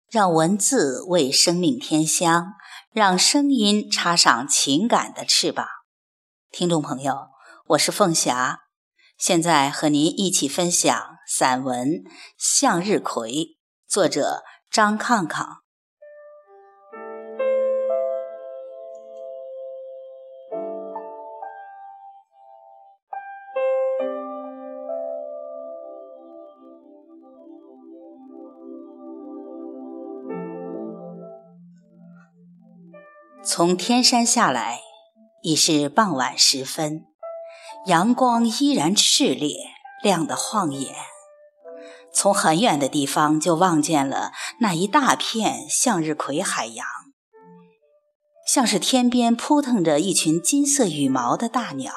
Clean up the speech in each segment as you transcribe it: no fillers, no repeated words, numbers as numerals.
让文字为生命添香，让声音插上情感的翅膀。听众朋友，我是凤霞，现在和您一起分享散文《向日葵》，作者张抗抗。从天山下来，已是傍晚时分，阳光依然炽烈，亮得晃眼。从很远的地方就望见了那一大片向日葵海洋，像是天边扑腾着一群金色羽毛的大鸟。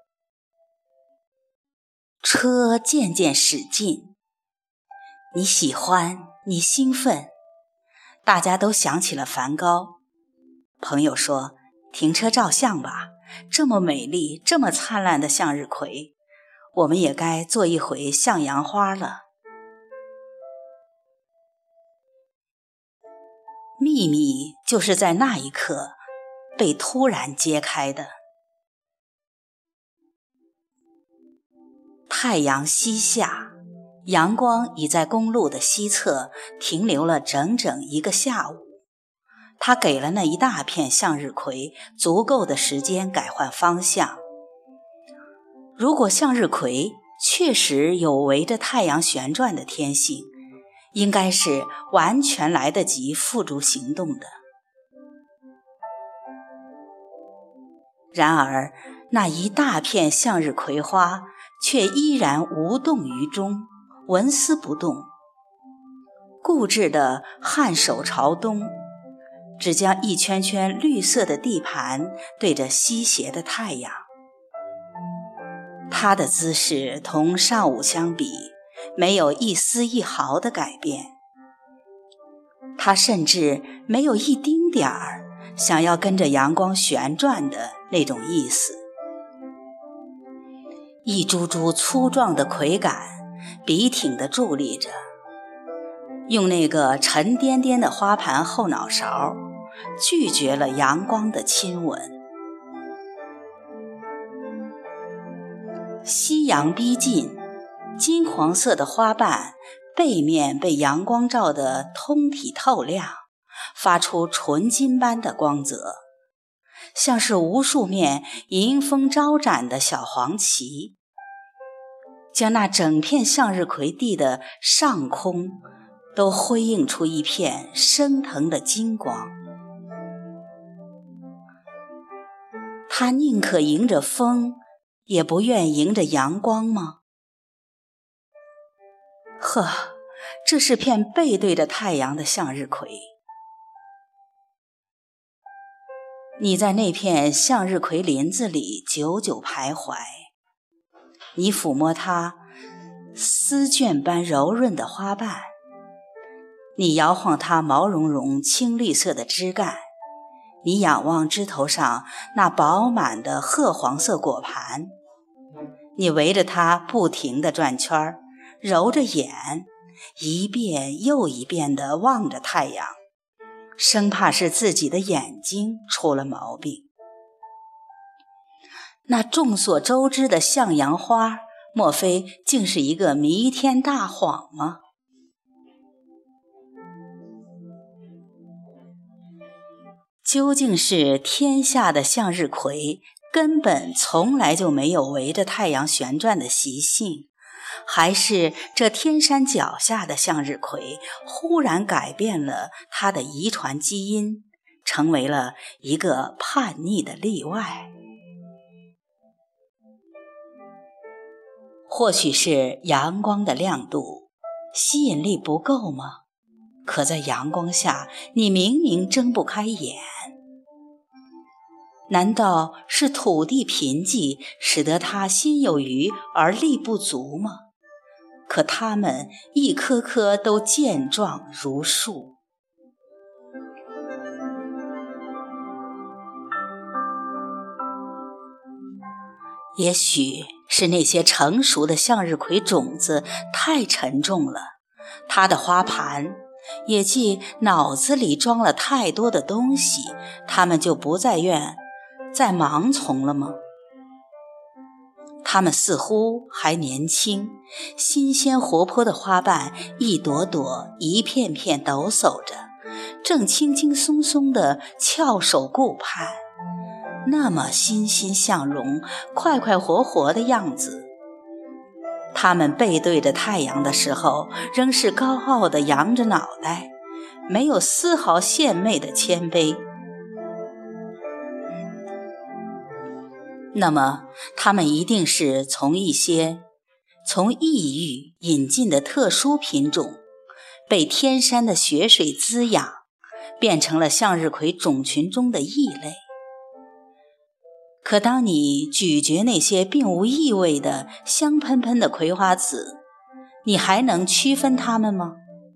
车渐渐驶近，你喜欢，你兴奋，大家都想起了梵高。朋友说，停车照相吧，这么美丽，这么灿烂的向日葵，我们也该做一回向阳花了。秘密就是在那一刻被突然揭开的。太阳西下，阳光已在公路的西侧停留了整整一个下午。它给了那一大片向日葵足够的时间改换方向。如果向日葵确实有围着太阳旋转的天性，应该是完全来得及付诸行动的。然而，那一大片向日葵花却依然无动于衷，纹丝不动，固执地颔首朝东，只将一圈圈绿色的地盘对着西斜的太阳。他的姿势同上午相比，没有一丝一毫的改变。他甚至没有一丁点儿想要跟着阳光旋转的那种意思。一株株粗壮的葵杆笔挺地伫立着，用那个沉甸甸的花盘后脑勺拒绝了阳光的亲吻。夕阳逼近，金黄色的花瓣背面被阳光照得通体透亮，发出纯金般的光泽，像是无数面迎风招展的小黄旗，将那整片向日葵地的上空都辉映出一片升腾的金光。他宁可迎着风，也不愿迎着阳光吗？呵，这是片背对着太阳的向日葵。你在那片向日葵林子里久久徘徊，你抚摸它丝绢般柔润的花瓣，你摇晃它毛茸茸青绿色的枝干，你仰望枝头上那饱满的褐黄色果盘，你围着它不停地转圈，揉着眼，一遍又一遍地望着太阳，生怕是自己的眼睛出了毛病。那众所周知的向阳花，莫非竟是一个弥天大谎吗？究竟是天下的向日葵根本从来就没有围着太阳旋转的习性，还是这天山脚下的向日葵忽然改变了它的遗传基因，成为了一个叛逆的例外？或许是阳光的亮度，吸引力不够吗？可在阳光下，你明明睁不开眼。难道是土地贫瘠，使得它心有余而力不足吗？可它们一颗颗都健壮如树。也许是那些成熟的向日葵种子太沉重了，它的花盘也即脑子里装了太多的东西，他们就不再盲从了吗？他们似乎还年轻，新鲜活泼的花瓣一朵朵一片片抖擞着，正轻轻松松地翘首顾盼，那么欣欣向荣，快快活活的样子。他们背对着太阳的时候，仍是高傲地扬着脑袋，没有丝毫献媚的谦卑。那么他们一定是从异域引进的特殊品种，被天山的雪水滋养，变成了向日葵种群中的异类。可当你咀嚼那些并无异味的香喷喷的葵花籽，你还能区分它们吗？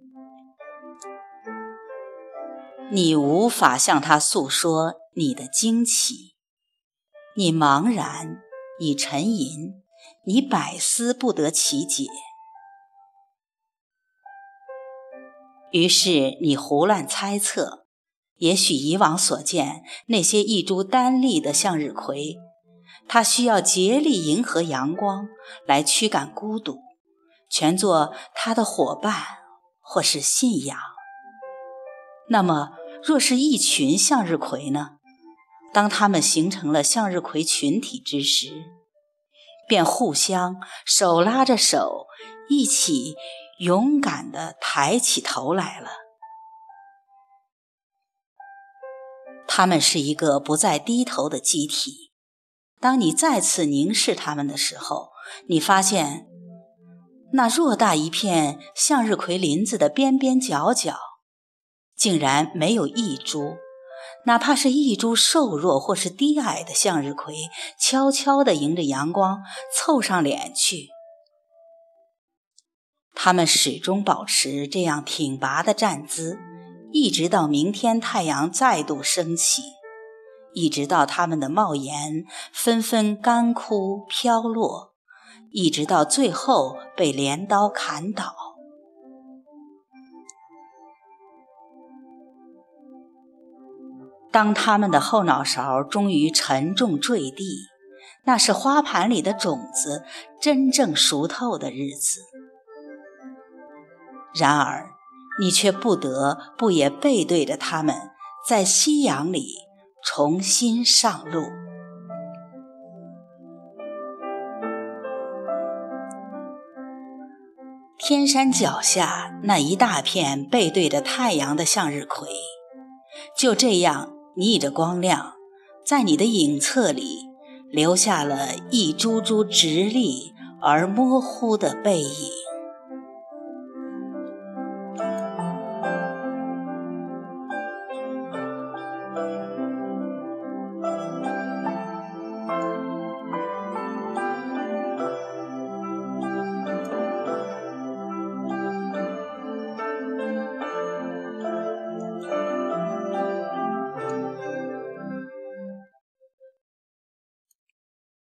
你无法向它诉说你的惊奇，你茫然，你沉吟，你百思不得其解。于是你胡乱猜测，也许以往所见那些一株单立的向日葵，它需要竭力迎合阳光来驱赶孤独，全做它的伙伴或是信仰。那么若是一群向日葵呢？当它们形成了向日葵群体之时，便互相手拉着手，一起勇敢地抬起头来了。它们是一个不再低头的机体。当你再次凝视它们的时候，你发现那偌大一片向日葵林子的边边角角，竟然没有一株，哪怕是一株瘦弱或是低矮的向日葵，悄悄地迎着阳光凑上脸去。它们始终保持这样挺拔的站姿，一直到明天太阳再度升起，一直到它们的帽檐纷纷干枯飘落，一直到最后被镰刀砍倒。当它们的后脑勺终于沉重坠地，那是花盘里的种子真正熟透的日子。然而你却不得不也背对着它们，在夕阳里重新上路。天山脚下那一大片背对着太阳的向日葵，就这样逆着光亮，在你的影册里留下了一株株直立而模糊的背影。